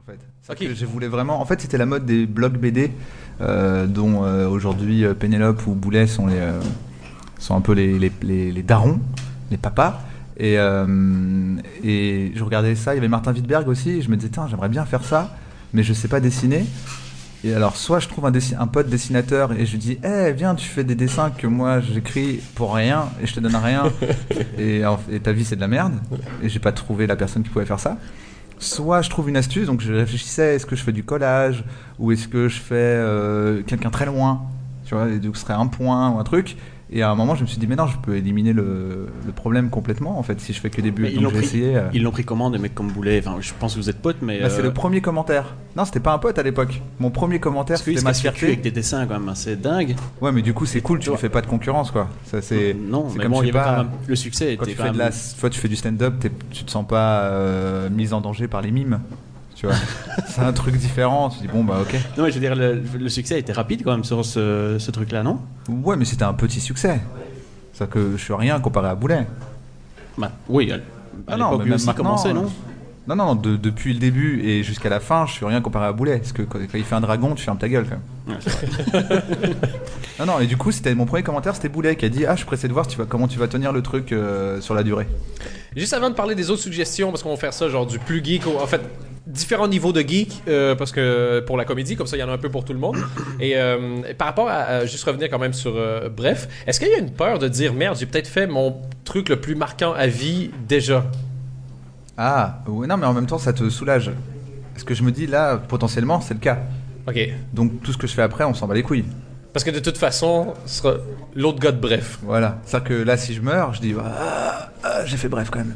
en fait. Ok. Que je voulais vraiment. En fait, c'était la mode des blogs BD, dont aujourd'hui Pénélope ou Boulet sont un peu les darons, les papas. Et je regardais ça. Il y avait Martin Wittberg aussi. Et je me disais, tiens, j'aimerais bien faire ça, mais je sais pas dessiner. Et alors, soit je trouve un pote dessinateur et je lui dis, viens, tu fais des dessins que moi j'écris pour rien et je te donne rien. et ta vie c'est de la merde. Et j'ai pas trouvé la personne qui pouvait faire ça. Soit je trouve une astuce, donc je réfléchissais, est-ce que je fais du collage ou est-ce que je fais quelqu'un très loin, tu vois, et donc ce serait un point ou un truc. Et à un moment, je me suis dit, mais non, je peux éliminer le problème complètement, en fait, si je fais que des bulles. Donc j'ai essayé. Ils l'ont pris comment, des mecs comme Boulet? Enfin, je pense que vous êtes potes, mais. Bah, c'est le premier commentaire. Non, c'était pas un pote à l'époque. Mon premier commentaire, c'était ma fierté. Avec des dessins quand même assez dingues. Ouais, mais du coup, c'est cool, tu ne fais pas de concurrence, quoi. Ça, c'est. Non, c'est mais comme bon, je il y sais avait pas, quand même. Le succès quand était tu quand fais même. toi, tu fais du stand-up, tu te sens pas mis en danger par les mimes. Tu vois, c'est un truc différent. Tu dis bon bah ok. Non, mais je veux dire, le succès a été rapide quand même sur ce truc-là, non? Ouais, mais c'était un petit succès. C'est-à-dire que je suis rien comparé à Boulet. Bah, oui, à non, l'époque mais lui même aussi maintenant, commençait, non? Non, depuis le début et jusqu'à la fin, je suis rien comparé à Boulet. Parce que quand il fait un dragon, tu fermes ta gueule quand même. Ouais, c'est vrai. Non, et du coup, c'était mon premier commentaire, c'était Boulet qui a dit, je suis pressé de voir comment tu vas tenir le truc sur la durée. Juste avant de parler des autres suggestions, parce qu'on va faire ça genre du plus geek, en fait, différents niveaux de geek, parce que pour la comédie, comme ça, il y en a un peu pour tout le monde. Et par rapport à juste revenir quand même sur bref, est-ce qu'il y a une peur de dire merde, j'ai peut-être fait mon truc le plus marquant à vie déjà? Oui, non, mais en même temps, ça te soulage. Parce que je me dis, là, potentiellement, c'est le cas. Ok. Donc, tout ce que je fais après, on s'en bat les couilles. Parce que de toute façon, ce sera l'autre gars de bref. Voilà. C'est-à-dire que là, si je meurs, je dis, j'ai fait bref quand même.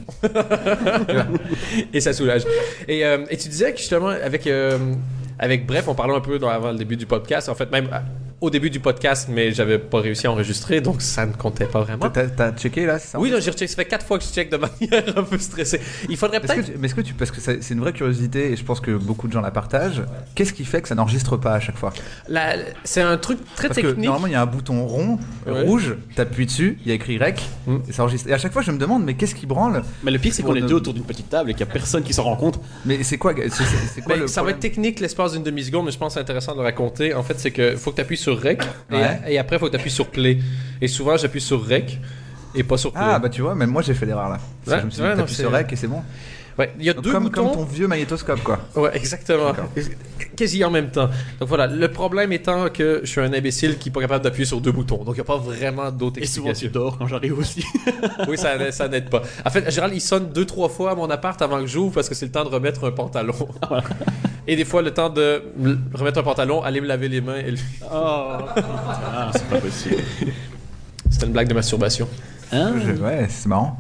Et ça soulage. Et tu disais que justement, avec Bref, on parlait un peu avant le début du podcast. En fait, même au début du podcast, mais j'avais pas réussi à enregistrer, donc ça ne comptait pas vraiment. T'as checké là, c'est ça? Oui, non, j'ai rechecké. Ça fait 4 fois que je check de manière un peu stressée. Il faudrait peut-être. Parce que c'est une vraie curiosité et je pense que beaucoup de gens la partagent. Qu'est-ce qui fait que ça n'enregistre pas à chaque fois? C'est un truc très Parce que technique. normalement, il y a un bouton rond, rouge, t'appuies dessus, il y a écrit REC et ça enregistre. Et à chaque fois, je me demande, mais qu'est-ce qui branle? Mais le pire, c'est qu'on est deux autour d'une petite table et qu'il y a personne qui s'en rend compte. Mais c'est quoi, c'est quoi le ça va problème? être technique l'espace d'une demi-seconde, mais je pense que c'est intéressant de le raconter. En fait, c'est que faut que tu appuies sur REC et après, faut que tu appuies sur Play. Et souvent, j'appuie sur REC et pas sur Play. Bah tu vois, même moi j'ai fait l'erreur là. Je me suis dit, t'appuies sur REC et c'est bon. Ouais, il y a deux comme boutons. ton vieux magnétoscope quoi. Ouais, exactement. Quasi en même temps. Donc voilà, le problème étant que je suis un imbécile qui n'est pas capable d'appuyer sur deux boutons. Donc il n'y a pas vraiment d'autres Et souvent, explications. tu dors quand j'arrive aussi. Oui, ça n'aide pas. En fait, en général, il sonne 2-3 fois à mon appart avant que j'ouvre parce que c'est le temps de remettre un pantalon. Et des fois, le temps de remettre un pantalon, aller me laver les mains. C'est pas possible. C'était une blague de masturbation. Hein? Ouais, c'est marrant.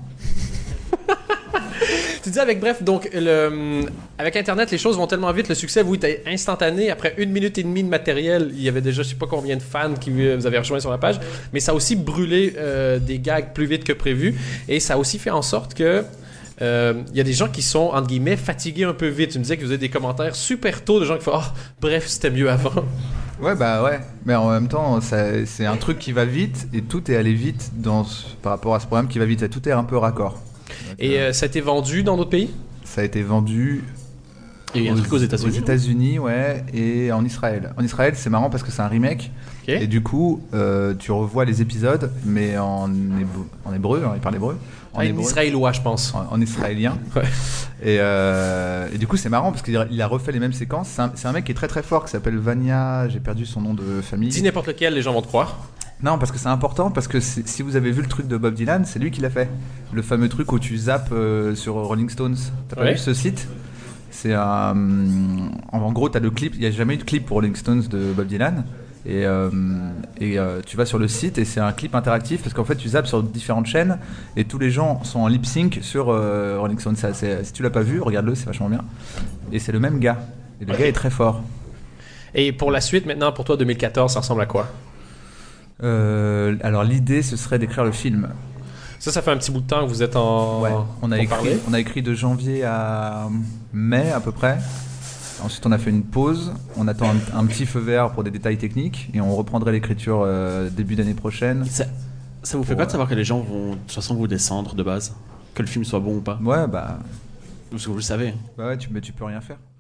Tu dis avec bref, donc avec Internet, les choses vont tellement vite, le succès, vous, était instantané. Après 1 minute et demie de matériel, il y avait déjà je sais pas combien de fans qui vous avaient rejoint sur la page, mais ça a aussi brûlé des gags plus vite que prévu, et ça a aussi fait en sorte que il y a des gens qui sont, entre guillemets, fatigués un peu vite. Tu me disais que vous avez des commentaires super tôt de gens qui font « Ah, bref, c'était mieux avant ». Ouais, mais en même temps, c'est un truc qui va vite et tout est allé vite par rapport à ce programme qui va vite. Tout est un peu raccord. Donc, et ça a été vendu dans d'autres pays? Ça a été vendu Il y a un truc aux États-Unis. Aux États-Unis, ouais, et en Israël. En Israël, c'est marrant parce que c'est un remake. Okay. Et du coup, tu revois les épisodes, mais en hébreu, ils parlent hébreu. En israélois, je pense. En israélien. Ouais. Et du coup, c'est marrant parce qu'il a refait les mêmes séquences. C'est un mec qui est très très fort qui s'appelle Vania. J'ai perdu son nom de famille. Dis n'importe lequel, les gens vont te croire. Non, parce que c'est important, parce que si vous avez vu le truc de Bob Dylan, c'est lui qui l'a fait. Le fameux truc où tu zappes sur Rolling Stones. T'as pas vu ce site? C'est en gros, t'as le clip. Il n'y a jamais eu de clip pour Rolling Stones de Bob Dylan. Et tu vas sur le site et c'est un clip interactif parce qu'en fait tu zappes sur différentes chaînes et tous les gens sont en lip sync sur Rolling Stone. Si tu l'as pas vu, regarde-le, c'est vachement bien. Et c'est le même gars. Et le gars est très fort. Et pour la suite, maintenant, pour toi, 2014, ça ressemble à quoi? Alors l'idée, ce serait d'écrire le film. Ça fait un petit bout de temps que vous êtes en. Ouais. On a écrit de janvier à mai à peu près. Ensuite, on a fait une pause. On attend un petit feu vert pour des détails techniques et on reprendrait l'écriture début d'année prochaine. Ça vous fait pas de savoir que les gens vont de toute façon vous descendre de base, que le film soit bon ou pas? Ouais, bah. Parce que vous le savez. Bah ouais, tu peux rien faire.